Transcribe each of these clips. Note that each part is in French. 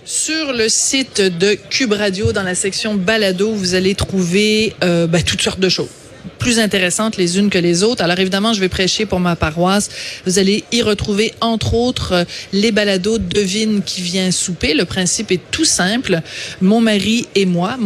Sur le site de Cube Radio, dans la section balado, vous allez trouver toutes sortes de choses plus intéressantes les unes que les autres. Alors évidemment, je vais prêcher pour ma paroisse. Vous allez y retrouver, entre autres, les balados Devine qui vient souper. Le principe est tout simple. Mon mari et moi,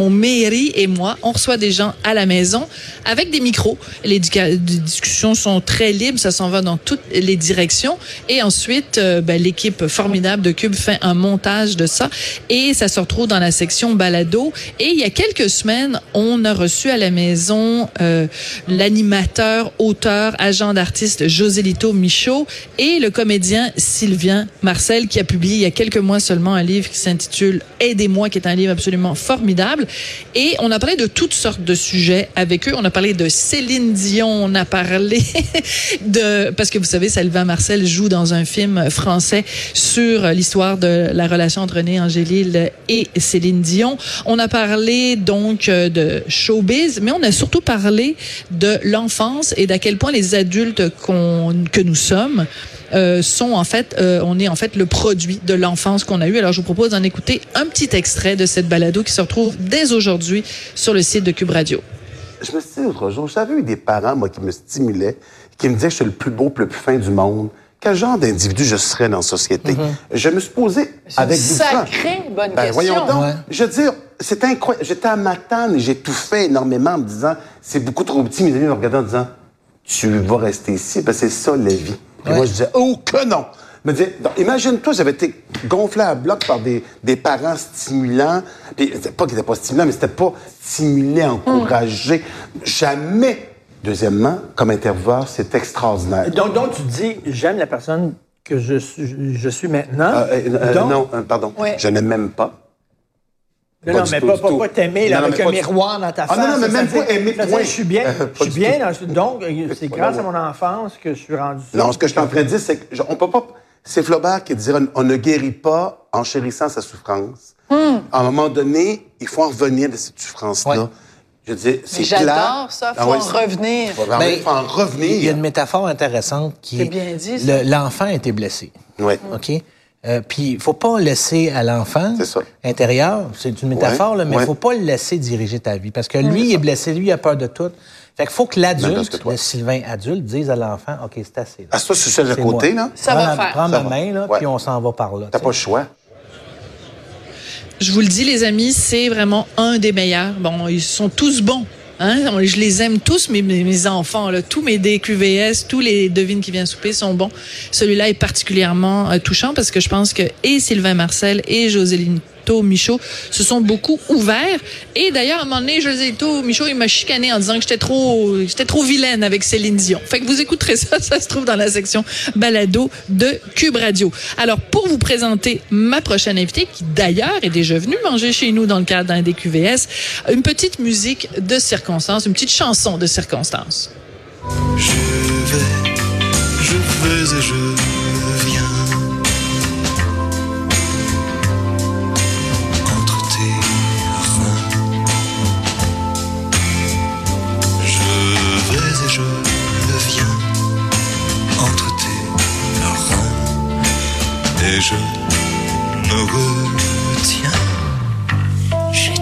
on reçoit des gens à la maison avec des micros. Les discussions sont très libres, ça s'en va dans toutes les directions. Et ensuite, l'équipe formidable de Cube fait un montage de ça et ça se retrouve dans la section balado. Et il y a quelques semaines, on a reçu à la maison l'animateur, auteur, agent d'artiste Joselito Michaud et le comédien Sylvain Marcel qui a publié il y a quelques mois seulement un livre qui s'intitule Aidez-moi, qui est un livre absolument formidable. Et on a parlé de toutes sortes de sujets avec eux. On a parlé de Céline Dion, on a parlé parce que vous savez, Sylvain Marcel joue dans un film français sur l'histoire de la relation entre René Angélil et Céline Dion. On a parlé donc de showbiz, mais on a surtout parlé de l'enfance et d'à quel point les adultes que nous sommes sont en fait, on est en fait le produit de l'enfance qu'on a eue. Alors je vous propose d'en écouter un petit extrait de cette balado qui se retrouve dès aujourd'hui sur le site de Cube Radio. Je me suis dit l'autre jour, j'avais eu des parents, moi, qui me stimulaient, qui me disaient que je suis le plus beau, le plus fin du monde. Quel genre d'individu je serais dans la société? Je me suis posé avec du temps. Sacrée bonne question. Voyons donc. Ouais. Je veux dire, c'est incroyable. J'étais à Matane et j'ai tout fait énormément en me disant, c'est beaucoup trop petit. Mes amis me regardaient en disant, tu vas rester ici, parce que c'est ça la vie. Puis moi, je disais, oh que non! Je me disais, imagine-toi, j'avais été gonflé à bloc par des parents stimulants. Puis, pas qu'ils n'étaient pas stimulants, mais c'était pas stimulé, encouragé. Jamais. Deuxièmement, comme intervieweur, c'est extraordinaire. Donc tu dis, j'aime la personne que je suis maintenant. Non, pardon. Ouais. Je n'aime même pas. Non, mais pas t'aimer là, avec un miroir dans ta face. Non, mais même pas aimer. Je suis bien. Donc, c'est grâce à mon enfance que je suis rendu ça. Non, ce que je suis en train de dire, c'est qu'on peut pas... C'est Flaubert qui disait on ne guérit pas en chérissant sa souffrance. À un moment donné, il faut en revenir de cette souffrance-là. Ouais. Je dis, c'est clair. J'adore ça, il faut en revenir. Il faut en revenir. Il y a une métaphore intéressante qui est bien dit, ça. L'enfant a été blessé. Oui. OK? Puis il faut pas laisser à l'enfant intérieur, c'est une métaphore, là, mais il faut pas le laisser diriger ta vie. Parce que lui, il est blessé, lui, il a peur de tout. Fait qu'il faut que l'adulte, le Sylvain adulte, dise à l'enfant, OK, c'est assez. Là. Ah, ça, c'est celle de côté, là? Ça va faire. Prends ma main, là, puis on s'en va par là. T'as pas le choix. Je vous le dis, les amis, c'est vraiment un des meilleurs. Bon, ils sont tous bons. Hein? Je les aime tous, mes enfants. Là. Tous mes DQVS, tous les Devines qui viennent souper sont bons. Celui-là est particulièrement touchant parce que je pense que et Sylvain Marcel et Joselito Michaud se sont beaucoup ouverts. Et d'ailleurs, à un moment donné, Joselito Michaud, il m'a chicané en disant que j'étais trop vilaine avec Céline Dion. Fait que vous écouterez ça se trouve dans la section balado de Cube Radio. Alors, pour vous présenter ma prochaine invitée, qui d'ailleurs est déjà venue manger chez nous dans le cadre d'un DQVS, une petite musique de circonstance, une petite chanson de circonstance. Je vais et je viens. Je viens entre tes reins et je me retiens. Je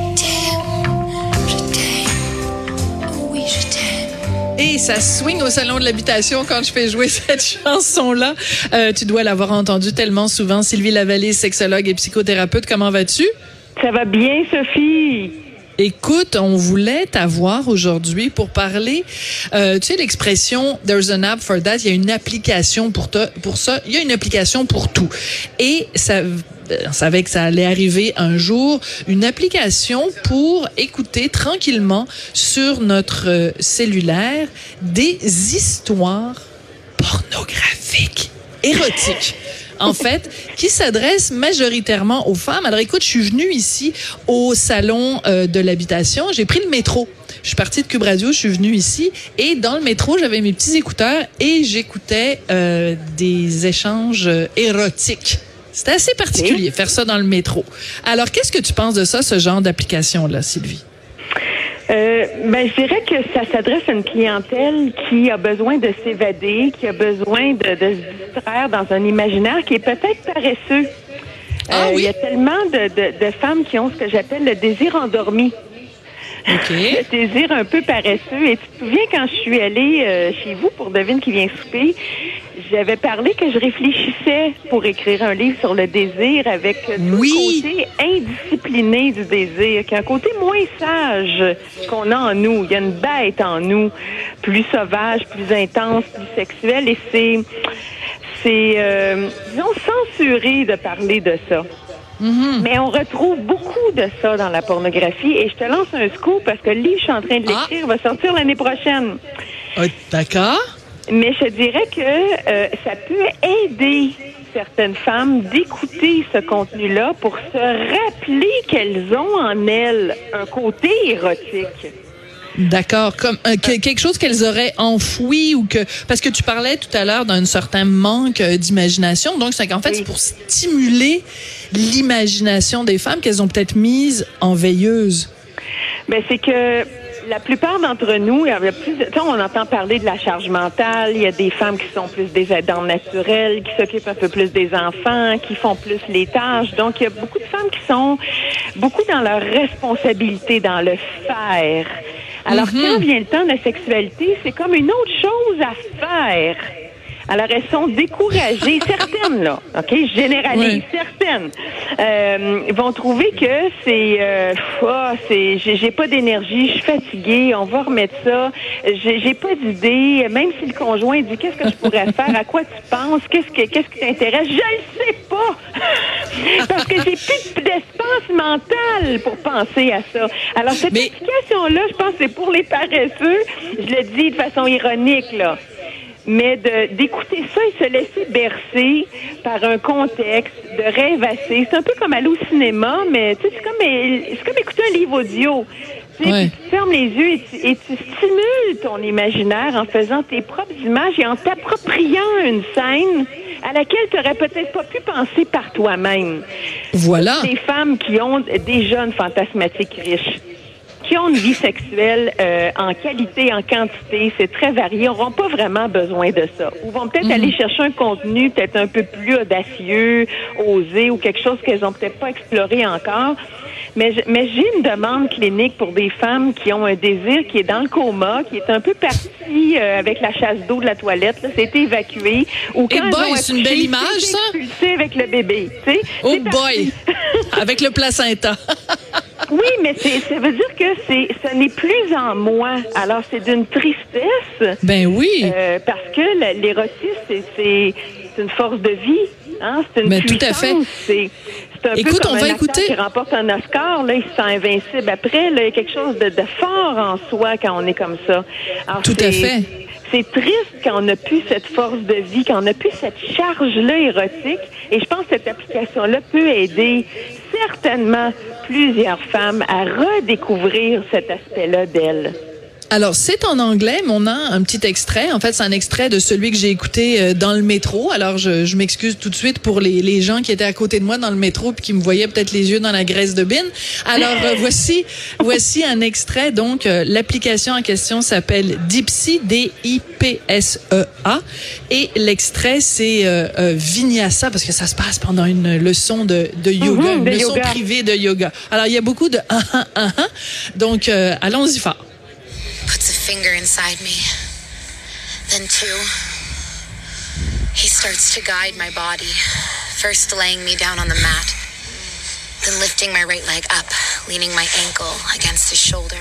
t'aime, oh oui je t'aime. Et ça swing au salon de l'habitation quand je fais jouer cette chanson-là. Tu dois l'avoir entendue tellement souvent. Sylvie Lavallée, sexologue et psychothérapeute, comment vas-tu? Ça va bien, Sophie. Écoute, on voulait t'avoir aujourd'hui pour parler, tu sais, l'expression « there's an app for that », il y a une application pour ça, il y a une application pour tout. Et ça, on savait que ça allait arriver un jour, une application pour écouter tranquillement sur notre cellulaire des histoires pornographiques, érotiques. En fait, qui s'adresse majoritairement aux femmes. Alors écoute, je suis venue ici au salon de l'habitation, j'ai pris le métro. Je suis partie de Cube Radio, je suis venue ici et dans le métro, j'avais mes petits écouteurs et j'écoutais des échanges érotiques. C'était assez particulier, faire ça dans le métro. Alors, qu'est-ce que tu penses de ça, ce genre d'application-là, Sylvie? Je dirais que ça s'adresse à une clientèle qui a besoin de s'évader, qui a besoin de se distraire dans un imaginaire qui est peut-être paresseux. Il y a tellement de femmes qui ont ce que j'appelle le désir endormi. Okay. Le désir un peu paresseux. Et tu te souviens quand je suis allée chez vous pour Devine qui vient souper, j'avais parlé que je réfléchissais pour écrire un livre sur le désir avec tout le côté indiscipliné du désir, qui est un côté moins sage qu'on a en nous. Il y a une bête en nous, plus sauvage, plus intense, plus sexuelle, et c'est disons, censuré de parler de ça. Mm-hmm. Mais on retrouve beaucoup de ça dans la pornographie. Et je te lance un scoop parce que le livre, je suis en train de l'écrire, va sortir l'année prochaine. D'accord. Mais je dirais que ça peut aider certaines femmes d'écouter ce contenu-là pour se rappeler qu'elles ont en elles un côté érotique. D'accord, comme quelque chose qu'elles auraient enfoui ou que parce que tu parlais tout à l'heure d'un certain manque d'imagination, donc c'est qu'en fait c'est pour stimuler l'imagination des femmes qu'elles ont peut-être mise en veilleuse. Ben c'est que la plupart d'entre nous, il y a on entend parler de la charge mentale, il y a des femmes qui sont plus des aidantes naturelles, qui s'occupent un peu plus des enfants, qui font plus les tâches. Donc, il y a beaucoup de femmes qui sont beaucoup dans leur responsabilité, dans le faire. Alors, quand vient le temps de la sexualité, c'est comme une autre chose à faire. Alors, elles sont découragées, certaines, là, OK? Je généralise, certaines vont trouver que j'ai pas d'énergie, je suis fatiguée, on va remettre ça, j'ai pas d'idée, même si le conjoint dit qu'est-ce que je pourrais faire, à quoi tu penses, qu'est-ce qui t'intéresse, je le sais pas! Parce que j'ai plus d'espace mental pour penser à ça. Alors, cette application-là, je pense que c'est pour les paresseux, je le dis de façon ironique, là. Mais d'écouter ça et se laisser bercer par un contexte, de rêvasser. C'est un peu comme aller au cinéma, mais tu sais, c'est comme écouter un livre audio. Tu sais, tu fermes les yeux et tu stimules ton imaginaire en faisant tes propres images et en t'appropriant une scène à laquelle tu n'aurais peut-être pas pu penser par toi-même. Voilà. Des femmes qui ont des jeunes fantasmatiques riches, qui ont une vie sexuelle en qualité, en quantité, c'est très varié, n'auront pas vraiment besoin de ça. Ou vont peut-être aller chercher un contenu peut-être un peu plus audacieux, osé, ou quelque chose qu'elles n'ont peut-être pas exploré encore. Mais j'ai une demande clinique pour des femmes qui ont un désir qui est dans le coma, qui est un peu parti avec la chasse d'eau de la toilette, là, c'était évacué. Ou quand c'est une belle image, ça? Expulsé avec le bébé, tu sais. Oh boy! Avec le placenta. Oui, mais ça veut dire que ce n'est plus en moi. Alors, c'est d'une tristesse. Ben oui. Parce que l'érotisme, c'est une force de vie. Hein? C'est une puissance. Tout à fait. C'est un peu comme un acteur qui remporte un Oscar. Là, il se sent invincible. Après, là, il y a quelque chose de fort en soi quand on est comme ça. Alors, tout à fait. C'est triste quand on n'a plus cette force de vie, quand on n'a plus cette charge-là érotique. Et je pense que cette application-là peut aider certainement plusieurs femmes à redécouvrir cet aspect-là d'elles. Alors, c'est en anglais, mais on a un petit extrait. En fait, c'est un extrait de celui que j'ai écouté dans le métro. Alors, je m'excuse tout de suite pour les gens qui étaient à côté de moi dans le métro puis qui me voyaient peut-être les yeux dans la graisse de bine. Alors, voici un extrait. Donc, l'application en question s'appelle Dipsea, D-I-P-S-E-A. Et l'extrait, c'est Vinyasa, parce que ça se passe pendant une leçon de yoga, une leçon privée de yoga. Alors, il y a beaucoup de Donc, allons-y fort. Puts a finger inside me, then two. He starts to guide my body, first laying me down on the mat, then lifting my right leg up, leaning my ankle against his shoulder.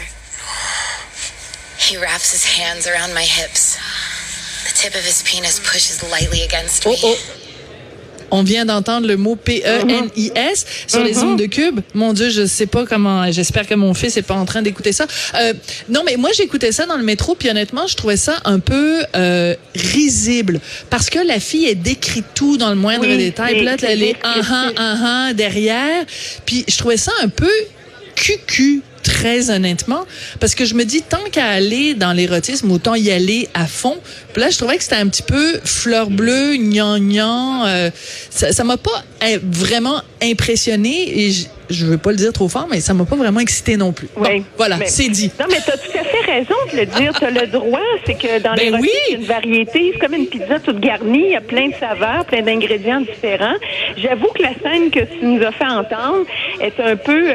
He wraps his hands around my hips. The tip of his penis pushes lightly against me. On vient d'entendre le mot P-E-N-I-S sur les ondes de Cube. Mon Dieu, je sais pas comment. J'espère que mon fils est pas en train d'écouter ça. Non, mais moi j'écoutais ça dans le métro, puis honnêtement, je trouvais ça un peu risible parce que la fille est décrit tout dans le moindre détail. Puis là, elle est derrière. Puis je trouvais ça un peu cucu. Très honnêtement, parce que je me dis, tant qu'à aller dans l'érotisme, autant y aller à fond. Puis là, je trouvais que c'était un petit peu fleur bleue, gnangnan. Ça m'a pas vraiment impressionné. Et je veux pas le dire trop fort, mais ça m'a pas vraiment excité non plus. Oui. Bon, voilà, c'est dit. Non, mais t'as tout à fait raison de le dire. T'as le droit. C'est que dans les recettes, il y a une variété. C'est comme une pizza toute garnie. Il y a plein de saveurs, plein d'ingrédients différents. J'avoue que la scène que tu nous as fait entendre est un peu...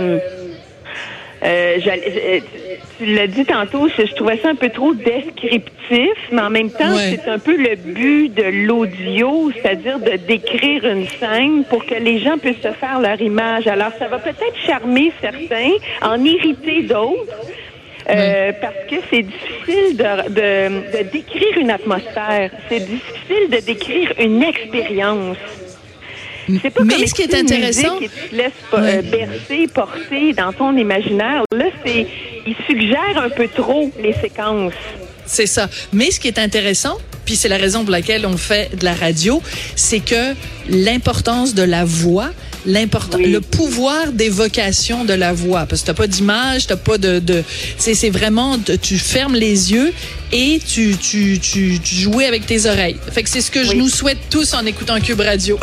tu l'as dit tantôt, je trouvais ça un peu trop descriptif, mais en même temps, c'est un peu le but de l'audio, c'est-à-dire de décrire une scène pour que les gens puissent se faire leur image. Alors, ça va peut-être charmer certains, en irriter d'autres. Parce que c'est difficile de décrire une atmosphère. C'est difficile de décrire une expérience. C'est pas mais ce qui est intéressant, qui te laisse bercer, porter dans ton imaginaire. Là, il suggère un peu trop les séquences. C'est ça. Mais ce qui est intéressant, puis c'est la raison pour laquelle on fait de la radio, c'est que l'importance de la voix, le pouvoir d'évocation de la voix, parce que t'as pas d'image, t'as pas c'est vraiment, tu fermes les yeux et tu joues avec tes oreilles. Fait que c'est ce que je nous souhaite tous en écoutant Cube Radio.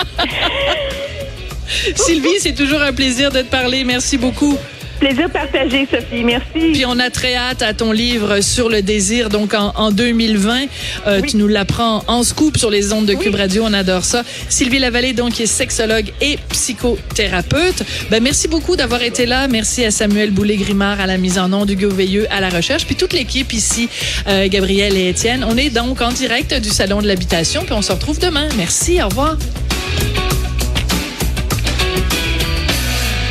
Sylvie, c'est toujours un plaisir de te parler. Merci beaucoup. Plaisir partagé, Sophie. Merci. Puis on a très hâte à ton livre sur le désir, donc en 2020. Tu nous l'apprends en scoop sur les ondes de Cube Radio. On adore ça. Sylvie Lavallée, donc, qui est sexologue et psychothérapeute. Merci beaucoup d'avoir été là. Merci à Samuel Boulay-Grimard à la mise en onde, Hugo Veilleux à la recherche, puis toute l'équipe ici, Gabriel et Étienne. On est donc en direct du Salon de l'Habitation, puis on se retrouve demain. Merci, au revoir.